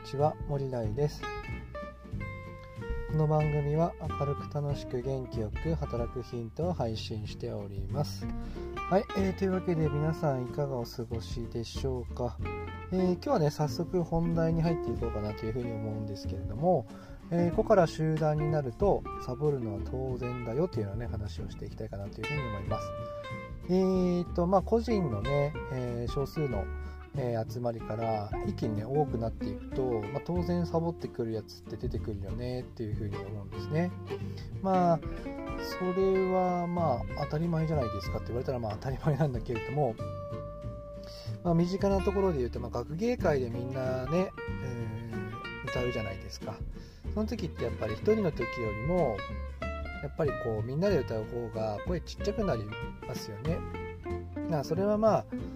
ちは、森大です。この番組は明るく楽しく元気よく働くヒントを配信しております。はい、というわけで皆さんいかがお過ごしでしょうか。今日はね、早速本題に入っていこうかなというふうに思うんですけれども、ここから集団になるとサボるのは当然だよというようなね、話をしていきたいかなというふうに思います。個人のね、少数の集まりから一気にね多くなっていくと、当然サボってくるやつって出てくるよねっていうふうに思うんですね。それは当たり前じゃないですかって言われたら当たり前なんだけれども、身近なところで言うと、学芸会でみんなね、歌うじゃないですか。その時ってやっぱり一人の時よりもやっぱりこうみんなで歌う方が声ちっちゃくなりますよね。それは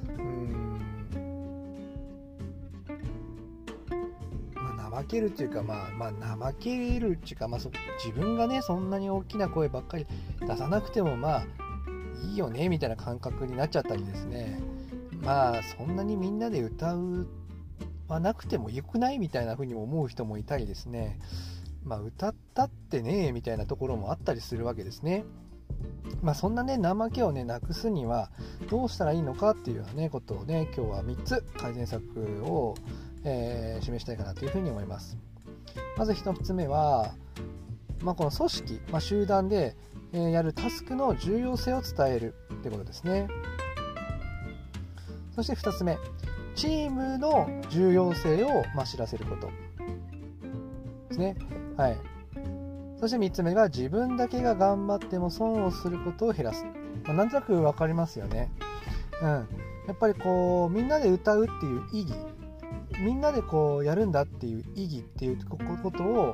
怠けるっていうか怠けるっていうか、自分がねそんなに大きな声ばっかり出さなくてもいいよねみたいな感覚になっちゃったりですね。そんなにみんなで歌うはなくてもよくないみたいな風に思う人もいたりですね。歌ったってねみたいなところもあったりするわけですね。そんなね怠けをねなくすにはどうしたらいいのかっていうようなねことをね、今日は3つ改善策を、示したいかなというふうに思います。まず1つ目は、この組織、集団で、やるタスクの重要性を伝えるってことですね。そして2つ目、チームの重要性を、知らせることですね。はい。そして3つ目が、自分だけが頑張っても損をすることを減らす。なんとなく分かりますよね。やっぱりこうみんなで歌うっていう意義、みんなでこうやるんだっていう意義っていうことを、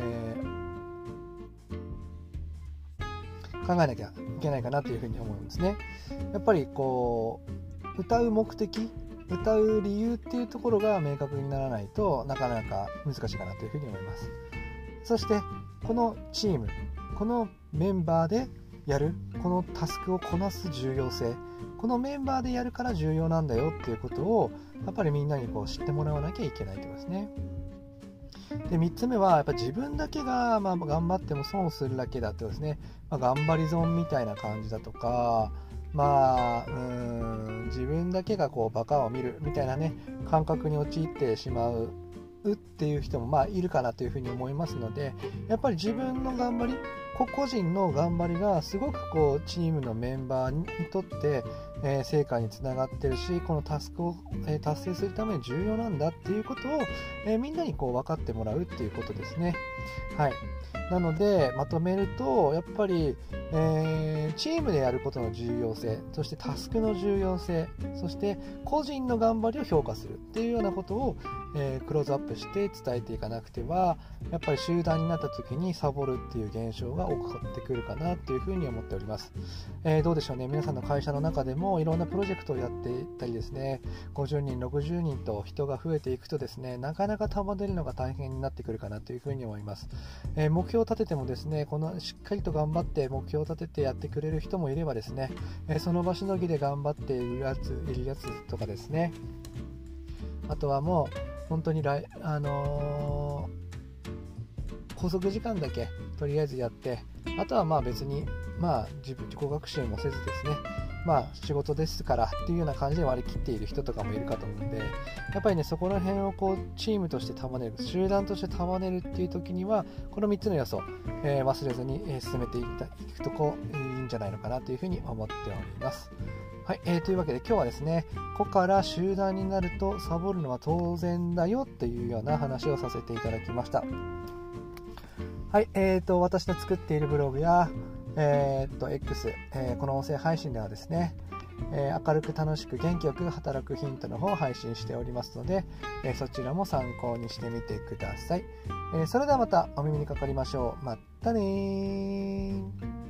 考えなきゃいけないかなというふうに思うんですね。やっぱりこう歌う目的、歌う理由っていうところが明確にならないとなかなか難しいかなというふうに思います。そしてこのチーム、このメンバーでやるこのタスクをこなす重要性、このメンバーでやるから重要なんだよっていうことをやっぱりみんなにこう知ってもらわなきゃいけないということですね。で3つ目はやっぱり自分だけが頑張っても損をするだけだってことですね。頑張り損みたいな感じだとか、自分だけがこうバカを見るみたいなね感覚に陥ってしまうっていう人もいるかなというふうに思いますので、やっぱり自分の頑張り、個人の頑張りがすごくこうチームのメンバーにとって、成果につながってるし、このタスクを、達成するために重要なんだっていうことを、みんなにこう分かってもらうっていうことですね。はい。なのでまとめるとやっぱり、チームでやることの重要性、そしてタスクの重要性、そして個人の頑張りを評価するっていうようなことを、クローズアップして伝えていかなくては、やっぱり集団になった時にサボるっていう現象が起こってくるかなというふうに思っております。どうでしょうね。皆さんの会社の中でもいろんなプロジェクトをやっていったりですね、50人60人と人が増えていくとですね、なかなか束ねるのが大変になってくるかなというふうに思います。目標を立ててもですね、しっかりと頑張って目標を立ててやってくれる人もいればですね、その場しのぎで頑張っているやつとかですね、あとはもう本当に拘束時間だけとりあえずやって、あとは別に自己学習もせずですね、仕事ですからっていうような感じで割り切っている人とかもいるかと思うので、やっぱりねそこら辺をこうチームとして束ねる、集団として束ねるっていう時にはこの3つの要素、忘れずに、進めていくといいんじゃないのかなというふうに思っております。はい、というわけで今日はですね、ここから集団になるとサボるのは当然だよというような話をさせていただきました。はい、私の作っているブログやX、この音声配信ではですね、明るく楽しく元気よく働くヒントの方を配信しておりますので、そちらも参考にしてみてください。それではまたお耳にかかりましょう。またねー。